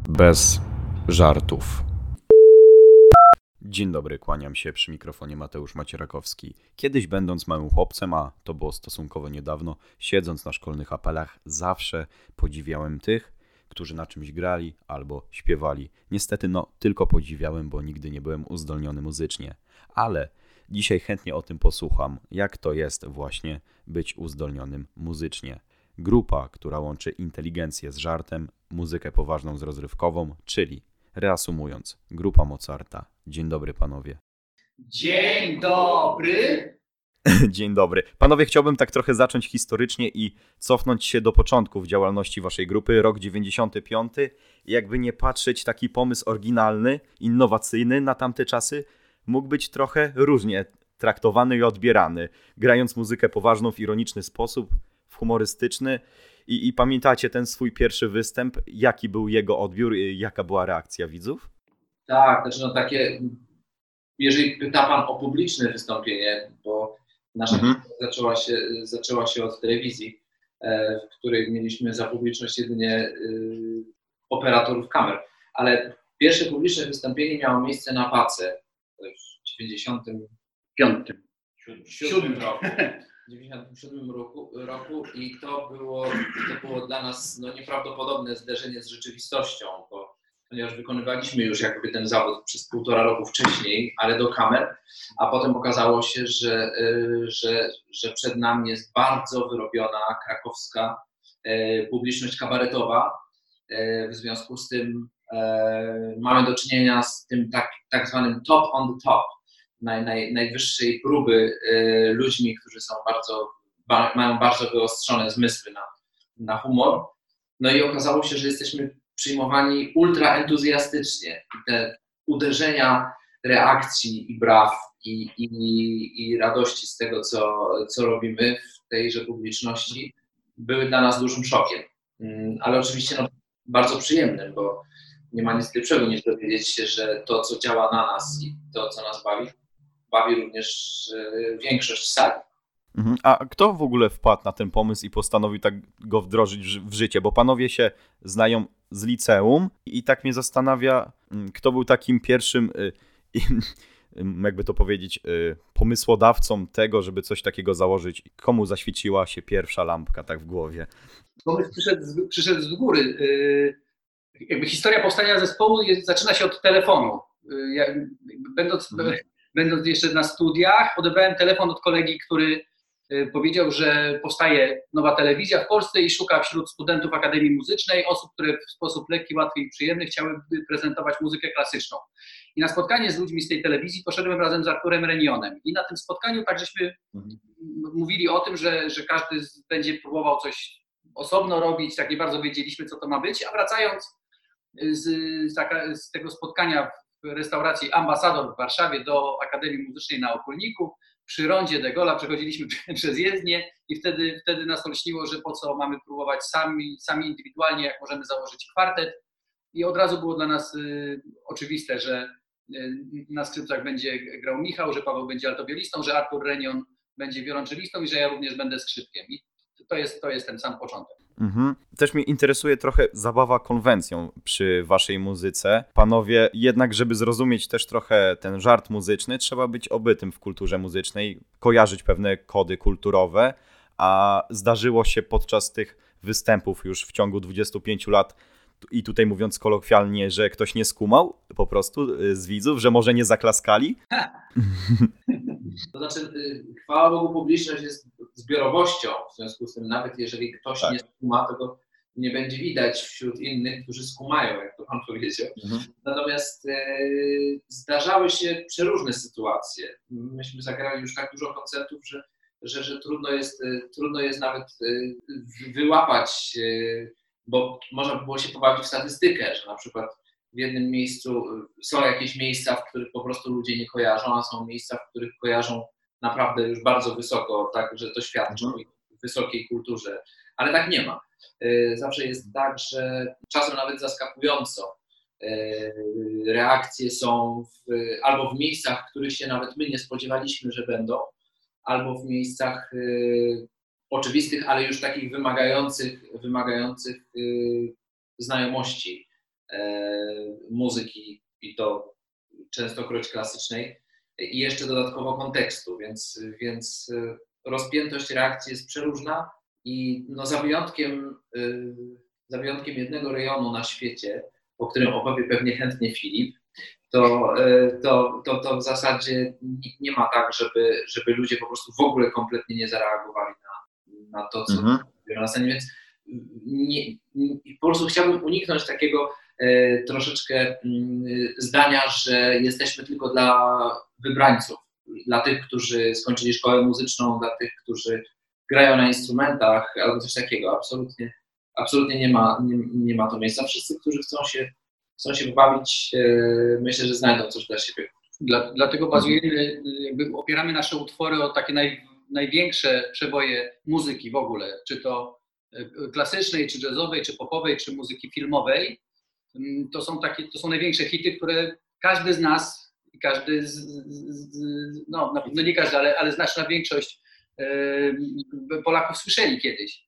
Bez żartów. Dzień dobry, kłaniam się, przy mikrofonie Mateusz Macierakowski. Kiedyś będąc małym chłopcem, a to było stosunkowo niedawno, siedząc na szkolnych apelach, zawsze podziwiałem tych, którzy na czymś grali albo śpiewali. Niestety tylko podziwiałem, bo nigdy nie byłem uzdolniony muzycznie. Ale dzisiaj chętnie o tym posłucham, jak to jest właśnie być uzdolnionym muzycznie. Grupa, która łączy inteligencję z żartem, muzykę poważną z rozrywkową, czyli, reasumując, grupa Mozarta. Dzień dobry, panowie. Dzień dobry. Dzień dobry. Panowie, chciałbym tak trochę zacząć historycznie i cofnąć się do początków działalności waszej grupy, rok 95. Jakby nie patrzeć, taki pomysł oryginalny, innowacyjny na tamte czasy mógł być trochę różnie traktowany i odbierany. Grając muzykę poważną w ironiczny sposób, w humorystyczny. I pamiętacie ten swój pierwszy występ? Jaki był jego odbiór? Jaka była reakcja widzów? Tak, takie, jeżeli pyta pan o publiczne wystąpienie, bo nasza zaczęła się od telewizji, w której mieliśmy za publiczność jedynie operatorów kamer, ale pierwsze publiczne wystąpienie miało miejsce na Pace w 95. 7 roku. W 1997 roku i to było dla nas nieprawdopodobne zderzenie z rzeczywistością, ponieważ wykonywaliśmy już jakby ten zawód przez 1,5 roku wcześniej, ale do kamer, a potem okazało się, że przed nami jest bardzo wyrobiona krakowska publiczność kabaretowa. W związku z tym mamy do czynienia z tym tak zwanym top on the top, najwyższej próby ludźmi, którzy mają bardzo wyostrzone zmysły na humor. No i okazało się, że jesteśmy przyjmowani ultra entuzjastycznie. I te uderzenia reakcji i braw i radości z tego, co robimy w tejże publiczności, były dla nas dużym szokiem. Ale oczywiście bardzo przyjemnym, bo nie ma nic lepszego niż dowiedzieć się, że to, co działa na nas i to, co nas bawi również większość sali. A kto w ogóle wpadł na ten pomysł i postanowił tak go wdrożyć w życie? Bo panowie się znają z liceum i tak mnie zastanawia, kto był takim pierwszym, jakby to powiedzieć, pomysłodawcą tego, żeby coś takiego założyć. Komu zaświeciła się pierwsza lampka tak w głowie? Pomysł przyszedł z góry. Jakby historia powstania zespołu zaczyna się od telefonu. Będąc jeszcze na studiach, odebrałem telefon od kolegi, który powiedział, że powstaje nowa telewizja w Polsce i szuka wśród studentów Akademii Muzycznej osób, które w sposób lekki, łatwy i przyjemny chciałyby prezentować muzykę klasyczną. I na spotkanie z ludźmi z tej telewizji poszedłem razem z Arturem Renionem. I na tym spotkaniu tak żeśmy mówili o tym, że każdy będzie próbował coś osobno robić, tak nie bardzo wiedzieliśmy, co to ma być, a wracając z tego spotkania w restauracji Ambasador w Warszawie do Akademii Muzycznej na Okulniku, przy rondzie de Gaulle'a przechodziliśmy przez jezdnię i wtedy nas olśniło, że po co mamy próbować sami indywidualnie, jak możemy założyć kwartet. I od razu było dla nas oczywiste, że na skrzypcach będzie grał Michał, że Paweł będzie altowiolistą, że Artur Renion będzie wiolonczelistą i że ja również będę skrzypkiem. I to jest ten sam początek. Też mnie interesuje trochę zabawa konwencją przy waszej muzyce. Panowie, jednak żeby zrozumieć też trochę ten żart muzyczny, trzeba być obytym w kulturze muzycznej, kojarzyć pewne kody kulturowe, a zdarzyło się podczas tych występów już w ciągu 25 lat, i tutaj mówiąc kolokwialnie, że ktoś nie skumał po prostu z widzów, że może nie zaklaskali? To znaczy, chwała Bogu, publiczność jest zbiorowością, w związku z tym nawet jeżeli ktoś nie skuma, to go nie będzie widać wśród innych, którzy skumają, jak to pan powiedział. Natomiast zdarzały się przeróżne sytuacje. Myśmy zagrali już tak dużo koncertów, że trudno jest nawet wyłapać, bo można by było się pobawić w statystykę, że na przykład w jednym miejscu są jakieś miejsca, w których po prostu ludzie nie kojarzą, a są miejsca, w których kojarzą naprawdę już bardzo wysoko, tak, że to świadczy o wysokiej kulturze, ale tak nie ma. Zawsze jest tak, że czasem nawet zaskakująco reakcje są albo w miejscach, w których się nawet my nie spodziewaliśmy, że będą, albo w miejscach oczywistych, ale już takich wymagających znajomości muzyki i to częstokroć klasycznej i jeszcze dodatkowo kontekstu, więc rozpiętość reakcji jest przeróżna i no za wyjątkiem jednego rejonu na świecie, o którym opowie pewnie chętnie Filip, to w zasadzie nie ma tak, żeby ludzie po prostu w ogóle kompletnie nie zareagowali na to, co robią na scenie, więc po prostu chciałbym uniknąć takiego troszeczkę zdania, że jesteśmy tylko dla wybrańców, dla tych, którzy skończyli szkołę muzyczną, dla tych, którzy grają na instrumentach albo coś takiego. Absolutnie nie ma to miejsca. Wszyscy, którzy chcą się wybawić, myślę, że znajdą coś dla siebie. Dlatego bazujemy, opieramy nasze utwory o takie największe przeboje muzyki w ogóle, czy to klasycznej, czy jazzowej, czy popowej, czy muzyki filmowej. To są największe hity, które każdy z nas, no na pewno nie każdy, ale znaczna większość Polaków słyszeli kiedyś.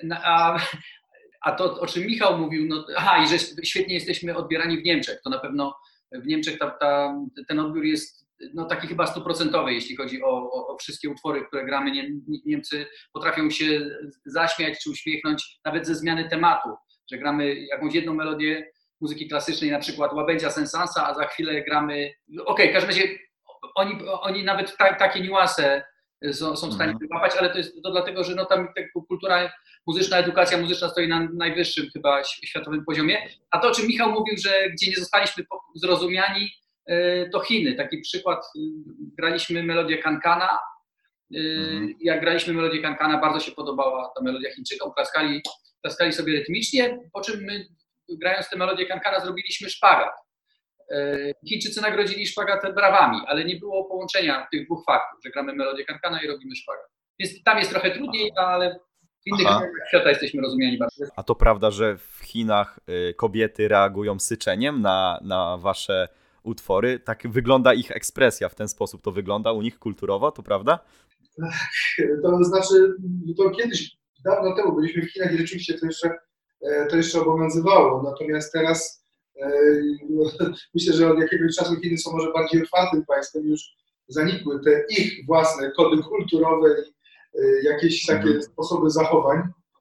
A to, o czym Michał mówił, i że świetnie jesteśmy odbierani w Niemczech, to na pewno w Niemczech ten odbiór jest taki chyba 100%, jeśli chodzi o wszystkie utwory, które gramy. Niemcy potrafią się zaśmiać czy uśmiechnąć nawet ze zmiany tematu, że gramy jakąś jedną melodię muzyki klasycznej, na przykład Łabędzia Sensansa, a za chwilę gramy... Okej, w każdym razie oni nawet takie niuanse są w stanie wyłapać, ale to dlatego, że tam kultura muzyczna, edukacja muzyczna stoi na najwyższym chyba światowym poziomie. A to, o czym Michał mówił, że gdzie nie zostaliśmy zrozumiani, to Chiny. Taki przykład, graliśmy melodię Kankana. Jak graliśmy melodię Kankana, bardzo się podobała ta melodia Chińczykom, klaskali sobie rytmicznie, po czym my, grając tę melodię Kankana, zrobiliśmy szpagat. Chińczycy nagrodzili szpagat brawami, ale nie było połączenia tych dwóch faktów, że gramy melodię Kankana i robimy szpagat. Więc tam jest trochę trudniej, ale w innych krajach świata jesteśmy rozumiani bardzo. A to prawda, że w Chinach kobiety reagują syczeniem na wasze utwory? Tak wygląda ich ekspresja, w ten sposób to wygląda u nich kulturowo, to prawda? To znaczy, to kiedyś, dawno temu byliśmy w Chinach i rzeczywiście to jeszcze obowiązywało, natomiast teraz myślę, że od jakiegoś czasu Chiny są może bardziej otwartym państwem, już zanikły te ich własne kody kulturowe i jakieś takie sposoby zachowań.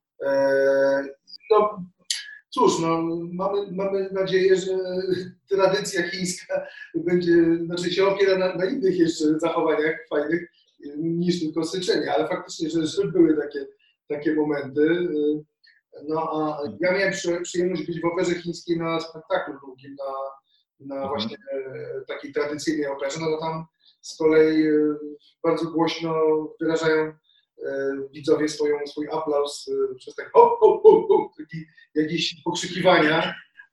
No cóż, mamy nadzieję, że tradycja chińska się opiera na innych jeszcze zachowaniach fajnych niż tylko syczenie, ale faktycznie, że były takie momenty. A ja miałem przyjemność być w operze chińskiej na spektaklu długim, na właśnie takiej tradycyjnej operze, to tam z kolei bardzo głośno wyrażają widzowie swój aplauz przez tak jakieś pokrzykiwania.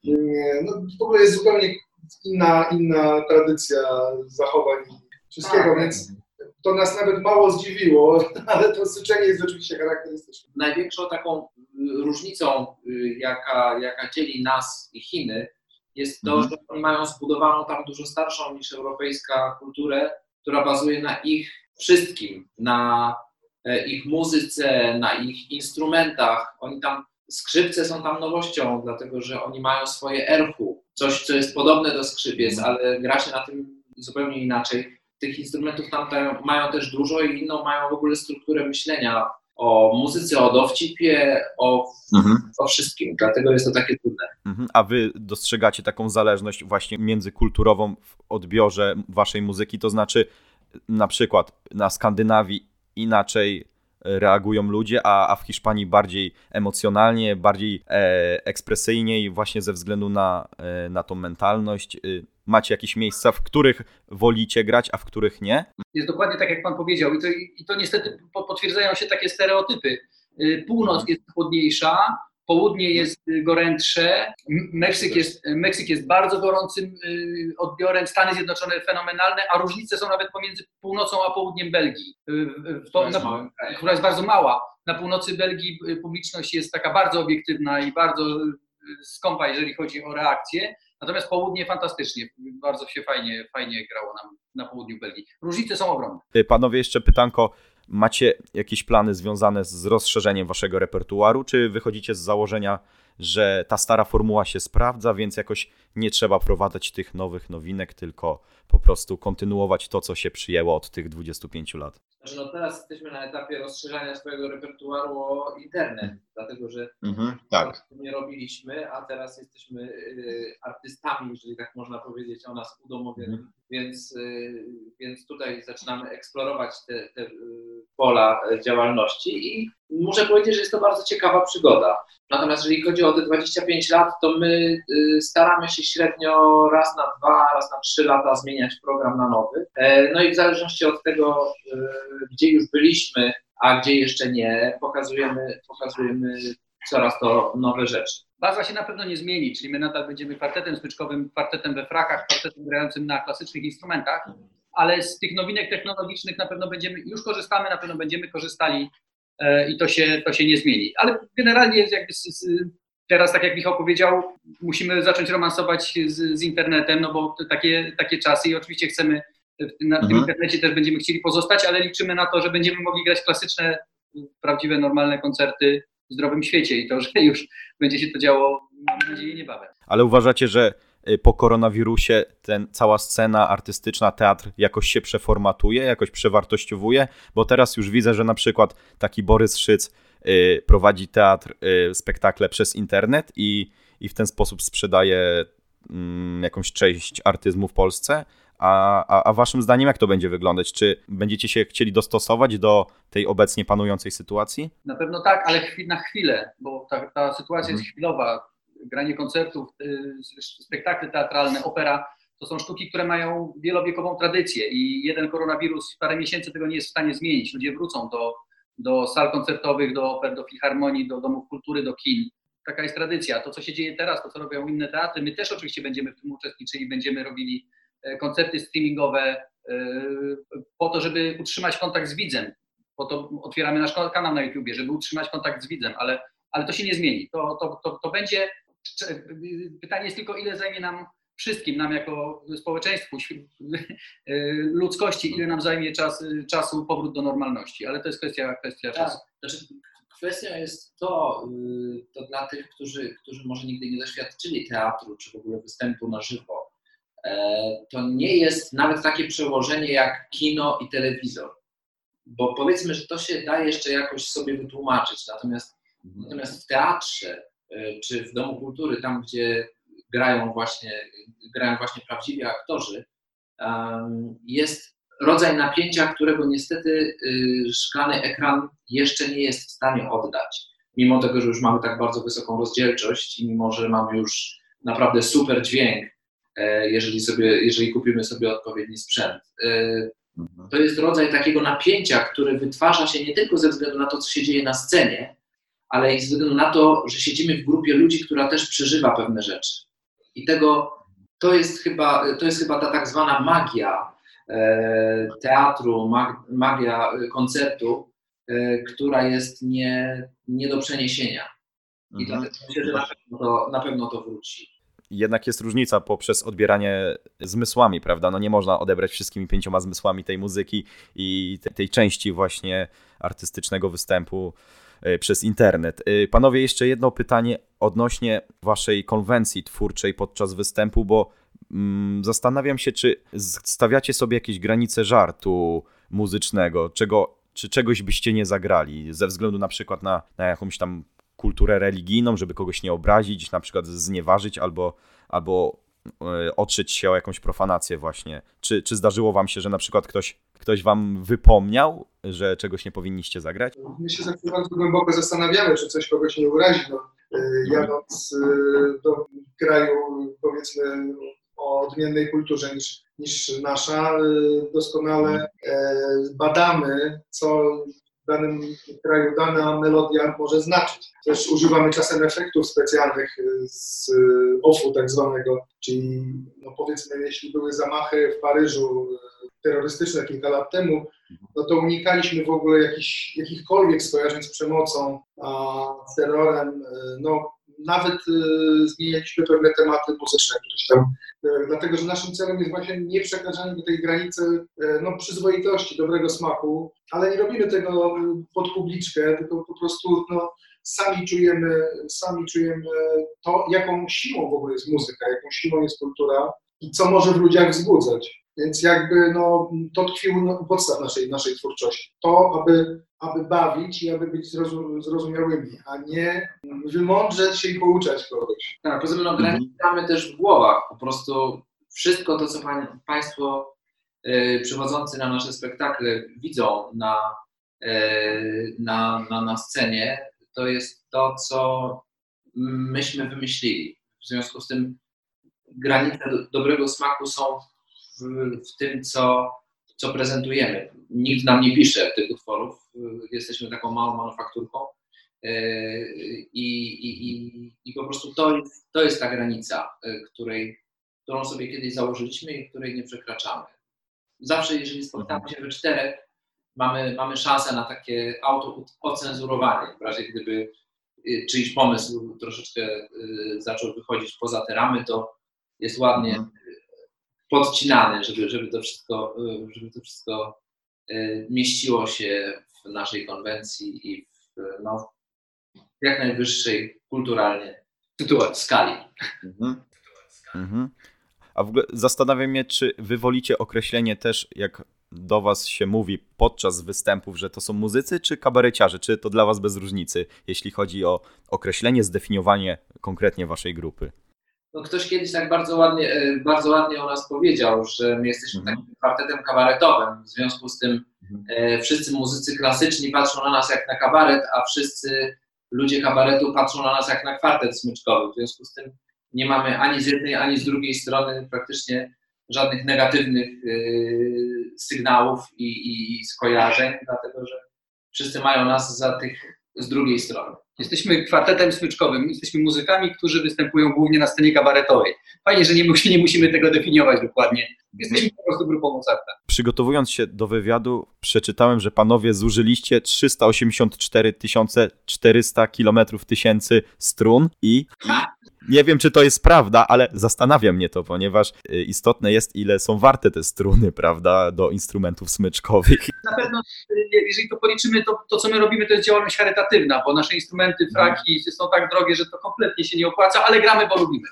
W ogóle jest zupełnie inna tradycja zachowań wszystkiego, więc to nas nawet mało zdziwiło, ale to syczenie jest oczywiście charakterystyczne. Największą taką różnicą, jaka dzieli nas i Chiny, jest to, że oni mają zbudowaną tam dużo starszą niż europejska kulturę, która bazuje na ich wszystkim, na ich muzyce, na ich instrumentach. Oni tam, skrzypce są tam nowością, dlatego że oni mają swoje erhu, coś, co jest podobne do skrzypiec, ale gra się na tym zupełnie inaczej. Tych instrumentów tam mają też dużo i inną mają w ogóle strukturę myślenia o muzyce, o dowcipie, o wszystkim. Dlatego jest to takie trudne. A wy dostrzegacie taką zależność właśnie międzykulturową w odbiorze waszej muzyki? To znaczy na przykład na Skandynawii inaczej reagują ludzie, a w Hiszpanii bardziej emocjonalnie, bardziej ekspresyjnie i właśnie ze względu na tą mentalność. Macie jakieś miejsca, w których wolicie grać, a w których nie? Jest dokładnie tak, jak pan powiedział. I to niestety potwierdzają się takie stereotypy. Północ jest chłodniejsza, południe jest gorętsze, Meksyk jest bardzo gorącym odbiorem, Stany Zjednoczone fenomenalne, a różnice są nawet pomiędzy północą a południem Belgii, która jest bardzo mała. Na północy Belgii publiczność jest taka bardzo obiektywna i bardzo skąpa, jeżeli chodzi o reakcję. Natomiast południe fantastycznie, bardzo się fajnie grało nam na południu Belgii. Różnice są ogromne. Panowie, jeszcze pytanko macie jakieś plany związane z rozszerzeniem waszego repertuaru, czy wychodzicie z założenia, że ta stara formuła się sprawdza, więc jakoś nie trzeba wprowadzać tych nowych nowinek, tylko po prostu kontynuować to, co się przyjęło od tych 25 lat? Znaczy, no teraz jesteśmy na etapie rozszerzania swojego repertuaru o internet, dlatego że tak. nie robiliśmy, a teraz jesteśmy artystami, jeżeli tak można powiedzieć, o nas udomowionymi, więc tutaj zaczynamy eksplorować te pola działalności i muszę powiedzieć, że jest to bardzo ciekawa przygoda. Natomiast jeżeli chodzi o te 25 lat, to my staramy się średnio raz na 2, raz na 3 lata zmieniać program na nowy. No i w zależności od tego, gdzie już byliśmy, a gdzie jeszcze nie, pokazujemy coraz to nowe rzeczy. Baza się na pewno nie zmieni, czyli my nadal będziemy kwartetem smyczkowym, kwartetem we frakach, kwartetem grającym na klasycznych instrumentach, ale z tych nowinek technologicznych na pewno już korzystamy, na pewno będziemy korzystali i to się nie zmieni. Ale generalnie jakby teraz, tak jak Michał powiedział, musimy zacząć romansować z internetem, no bo takie czasy i oczywiście chcemy, na tym internecie też będziemy chcieli pozostać, ale liczymy na to, że będziemy mogli grać klasyczne, prawdziwe, normalne koncerty w zdrowym świecie i to, że już będzie się to działo, mam nadzieję, niebawem. Ale uważacie, że po koronawirusie cała scena artystyczna, teatr jakoś się przeformatuje, jakoś przewartościowuje? Bo teraz już widzę, że na przykład taki Borys Szyc prowadzi teatr, spektakle przez internet i w ten sposób sprzedaje jakąś część artyzmu w Polsce. A waszym zdaniem jak to będzie wyglądać? Czy będziecie się chcieli dostosować do tej obecnie panującej sytuacji? Na pewno tak, ale na chwilę, bo ta sytuacja jest chwilowa. Granie koncertów, spektakle teatralne, opera, to są sztuki, które mają wielowiekową tradycję i jeden koronawirus w parę miesięcy tego nie jest w stanie zmienić. Ludzie wrócą do sal koncertowych, do oper, do filharmonii, do domów kultury, do kin. Taka jest tradycja. To, co się dzieje teraz, to, co robią inne teatry, my też oczywiście będziemy w tym uczestniczyli, będziemy robili koncerty streamingowe po to, żeby utrzymać kontakt z widzem. Po to otwieramy nasz kanał na YouTubie, żeby utrzymać kontakt z widzem, ale to się nie zmieni. To będzie. Pytanie jest tylko, ile zajmie nam wszystkim, nam jako społeczeństwu, ludzkości, ile nam zajmie czasu powrót do normalności, ale to jest kwestia czasu. Znaczy, kwestia jest to dla tych, którzy może nigdy nie doświadczyli teatru, czy w ogóle występu na żywo, to nie jest nawet takie przełożenie jak kino i telewizor, bo powiedzmy, że to się da jeszcze jakoś sobie wytłumaczyć, natomiast w teatrze czy w Domu Kultury, tam gdzie grają właśnie prawdziwi aktorzy, jest rodzaj napięcia, którego niestety szklany ekran jeszcze nie jest w stanie oddać. Mimo tego, że już mamy tak bardzo wysoką rozdzielczość i mimo, że mamy już naprawdę super dźwięk, jeżeli kupimy sobie odpowiedni sprzęt. To jest rodzaj takiego napięcia, który wytwarza się nie tylko ze względu na to, co się dzieje na scenie, ale i ze względu na to, że siedzimy w grupie ludzi, która też przeżywa pewne rzeczy. I to jest chyba ta tak zwana magia teatru, magia koncertu, która jest nie do przeniesienia. I dlatego myślę, że na pewno to wróci. Jednak jest różnica poprzez odbieranie zmysłami, prawda? No nie można odebrać wszystkimi 5 zmysłami tej muzyki i tej części właśnie artystycznego występu przez internet. Panowie, jeszcze jedno pytanie odnośnie waszej konwencji twórczej podczas występu, bo zastanawiam się, czy stawiacie sobie jakieś granice żartu muzycznego, czy czegoś byście nie zagrali, ze względu na przykład na jakąś tam kulturę religijną, żeby kogoś nie obrazić, na przykład znieważyć albo otrzeć się o jakąś profanację właśnie. Czy zdarzyło wam się, że na przykład ktoś wam wypomniał, że czegoś nie powinniście zagrać? My się zawsze bardzo głęboko zastanawiamy, czy coś kogoś nie urazi. Jadąc do kraju, powiedzmy, o odmiennej kulturze niż nasza, doskonale badamy, co w danym kraju dana melodia może znaczyć. Też używamy czasem efektów specjalnych z OFF-u tak zwanego, czyli powiedzmy, jeśli były zamachy w Paryżu terrorystyczne kilka lat temu, no to unikaliśmy w ogóle jakichkolwiek skojarzeń z przemocą, z terrorem. nawet zmienialiśmy pewne tematy muzyczne, któreś tam, dlatego że naszym celem jest właśnie nie przekraczanie do tej granicy przyzwoitości, dobrego smaku, ale nie robimy tego pod publiczkę, tylko po prostu sami czujemy to, jaką siłą w ogóle jest muzyka, jaką siłą jest kultura i co może w ludziach wzbudzać. Więc jakby to tkwiło u podstaw naszej twórczości. To, aby bawić i aby być zrozumiałymi, a nie wymądrzeć się i pouczać kogoś. Tak, poza tym granice mamy też w głowach. Po prostu wszystko to, co Państwo przychodzący na nasze spektakle widzą na scenie, to jest to, co myśmy wymyślili. W związku z tym granice dobrego smaku są w tym, co prezentujemy. Nikt nam nie pisze tych utworów. Jesteśmy taką małą manufakturką i po prostu to jest ta granica, którą sobie kiedyś założyliśmy i której nie przekraczamy. Zawsze, jeżeli spotkamy się we czterech, mamy szansę na takie auto-ocenzurowanie, w razie gdyby czyjś pomysł troszeczkę zaczął wychodzić poza te ramy, to jest ładnie podcinany, żeby to wszystko mieściło się w naszej konwencji i w jak najwyższej kulturalnie skali. A w ogóle zastanawiam mnie, czy wy wolicie określenie też, jak do was się mówi podczas występów, że to są muzycy, czy kabareciarze? Czy to dla was bez różnicy, jeśli chodzi o określenie, zdefiniowanie konkretnie waszej grupy? Ktoś kiedyś tak bardzo ładnie o nas powiedział, że my jesteśmy takim kwartetem kabaretowym. W związku z tym wszyscy muzycy klasyczni patrzą na nas jak na kabaret, a wszyscy ludzie kabaretu patrzą na nas jak na kwartet smyczkowy. W związku z tym nie mamy ani z jednej, ani z drugiej strony praktycznie żadnych negatywnych sygnałów i skojarzeń, dlatego że wszyscy mają nas za tych z drugiej strony. Jesteśmy kwartetem smyczkowym, jesteśmy muzykami, którzy występują głównie na scenie kabaretowej. Fajnie, że nie musimy tego definiować dokładnie. Jesteśmy po prostu grupą Mozarta. Przygotowując się do wywiadu, przeczytałem, że panowie zużyliście 384 400 km/1000 strun i nie wiem, czy to jest prawda, ale zastanawia mnie to, ponieważ istotne jest, ile są warte te struny, prawda, do instrumentów smyczkowych. Na pewno, jeżeli to policzymy, to co my robimy, to jest działalność charytatywna, bo nasze instrumenty, fraki są tak drogie, że to kompletnie się nie opłaca, ale gramy, bo lubimy.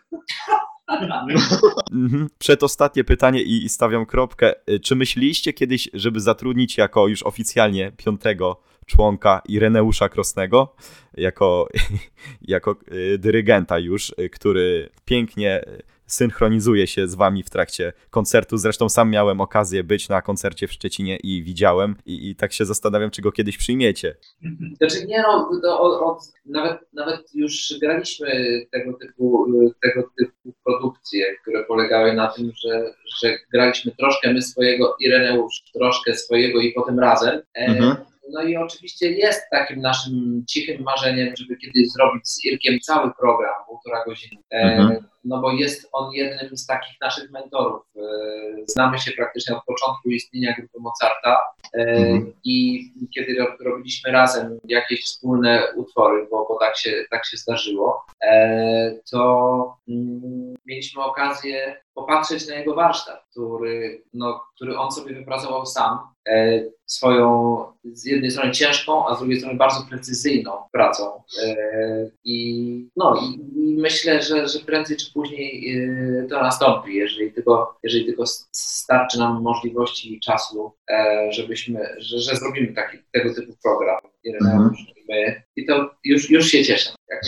Przedostatnie pytanie i stawiam kropkę. Czy myśleliście kiedyś, żeby zatrudnić jako już oficjalnie 5. członka Ireneusza Krosnego, jako dyrygenta już, który pięknie synchronizuje się z wami w trakcie koncertu. Zresztą sam miałem okazję być na koncercie w Szczecinie i widziałem i tak się zastanawiam, czy go kiedyś przyjmiecie. Znaczy nie nawet już graliśmy tego typu produkcje, które polegały na tym, że graliśmy troszkę my swojego, Ireneusz troszkę swojego i potem razem. No i oczywiście jest takim naszym cichym marzeniem, żeby kiedyś zrobić z Irkiem cały program, 1,5 godziny. No bo jest on jednym z takich naszych mentorów. Znamy się praktycznie od początku istnienia grupy Mozarta i kiedy robiliśmy razem jakieś wspólne utwory, bo tak się zdarzyło, to mieliśmy okazję popatrzeć na jego warsztat, który on sobie wypracował sam, swoją z jednej strony ciężką, a z drugiej strony bardzo precyzyjną pracą. I myślę, że prędzej czy później to nastąpi, jeżeli tylko starczy nam możliwości i czasu, że zrobimy tego typu program. I to już się cieszę.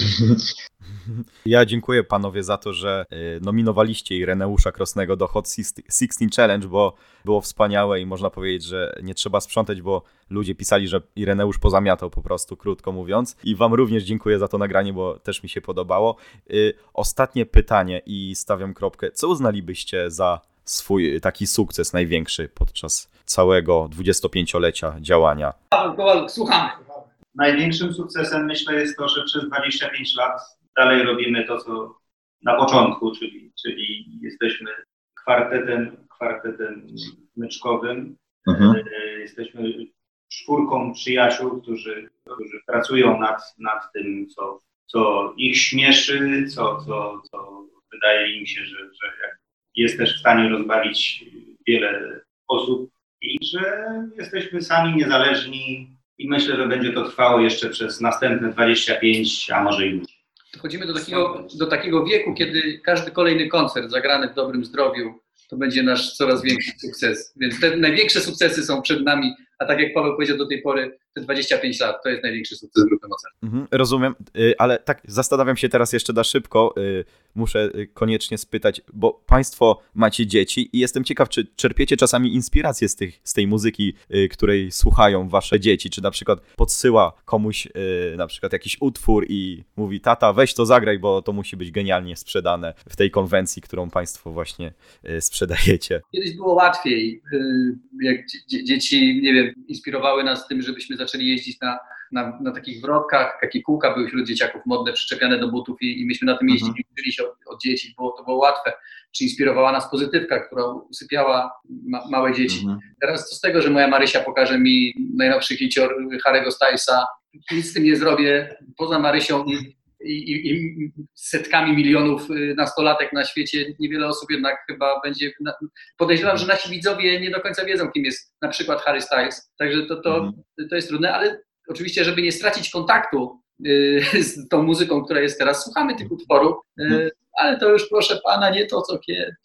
Ja dziękuję panowie za to, że nominowaliście Ireneusza Krosnego do Hot 16 Challenge, bo było wspaniałe i można powiedzieć, że nie trzeba sprzątać, bo ludzie pisali, że Ireneusz pozamiatał po prostu, krótko mówiąc. I wam również dziękuję za to nagranie, bo też mi się podobało. Ostatnie pytanie i stawiam kropkę. Co uznalibyście za swój taki sukces największy podczas całego 25-lecia działania? Paweł, słuchamy. Największym sukcesem myślę jest to, że przez 25 lat dalej robimy to, co na początku, czyli jesteśmy kwartetem smyczkowym. Jesteśmy 4 przyjaciół, którzy pracują nad tym, co co ich śmieszy, co wydaje im się, że jest też w stanie rozbawić wiele osób i że jesteśmy sami niezależni i myślę, że będzie to trwało jeszcze przez następne 25, a może i dłużej. Dochodzimy do takiego wieku, kiedy każdy kolejny koncert zagrany w dobrym zdrowiu to będzie nasz coraz większy sukces. Więc te największe sukcesy są przed nami, a tak jak Paweł powiedział do tej pory, te 25 lat to jest największy sukces grupy Mozart. Rozumiem, ale tak zastanawiam się teraz jeszcze na szybko, muszę koniecznie spytać, bo Państwo macie dzieci i jestem ciekaw, czy czerpiecie czasami inspirację z tej muzyki, której słuchają wasze dzieci, czy na przykład podsyła komuś na przykład jakiś utwór i mówi: tata, weź to zagraj, bo to musi być genialnie sprzedane w tej konwencji, którą Państwo właśnie sprzedajecie. Kiedyś było łatwiej, jak dzieci, nie wiem, inspirowały nas tym, żebyśmy zaczęli jeździć na takich wrotkach, takie kółka były wśród dzieciaków modne, przyczepiane do butów i myśmy na tym jeździli, uczyli się od dzieci, to było łatwe. Czy inspirowała nas pozytywka, która usypiała małe dzieci. Teraz co z tego, że moja Marysia pokaże mi najnowszy hicior Harry'ego Stylesa, nic z tym nie zrobię, poza Marysią i setkami milionów nastolatek na świecie, niewiele osób jednak chyba będzie... Podejrzewam, że nasi widzowie nie do końca wiedzą, kim jest na przykład Harry Styles, także to jest trudne, ale oczywiście, żeby nie stracić kontaktu z tą muzyką, która jest teraz, słuchamy tych utworów, ale to już, proszę pana, nie to, co kiedyś.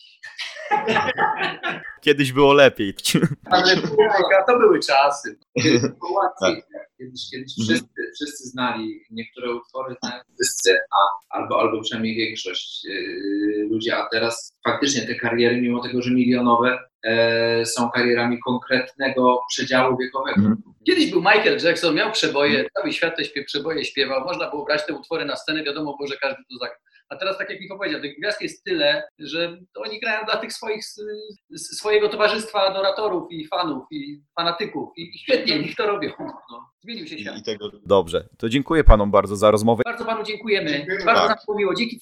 Kiedyś było lepiej. Ale to były czasy. Łatwiej. Kiedyś wszyscy znali niektóre utwory, znają wszyscy, albo przynajmniej większość ludzi, a teraz faktycznie te kariery, mimo tego, że milionowe, są karierami konkretnego przedziału wiekowego. Kiedyś był Michael Jackson, miał przeboje, cały świat te przeboje śpiewał, można było brać te utwory na scenę, wiadomo było, że każdy to zagra. A teraz, tak jak Michał powiedział, tych gwiazd jest tyle, że oni grają dla tych swojego towarzystwa adoratorów i fanów i fanatyków i świetnie, niech to robią. Zmienił się świat. Dobrze, to dziękuję panom bardzo za rozmowę. Bardzo panu dziękujemy. Dziękujemy. Bardzo nam było miło. Dzięki.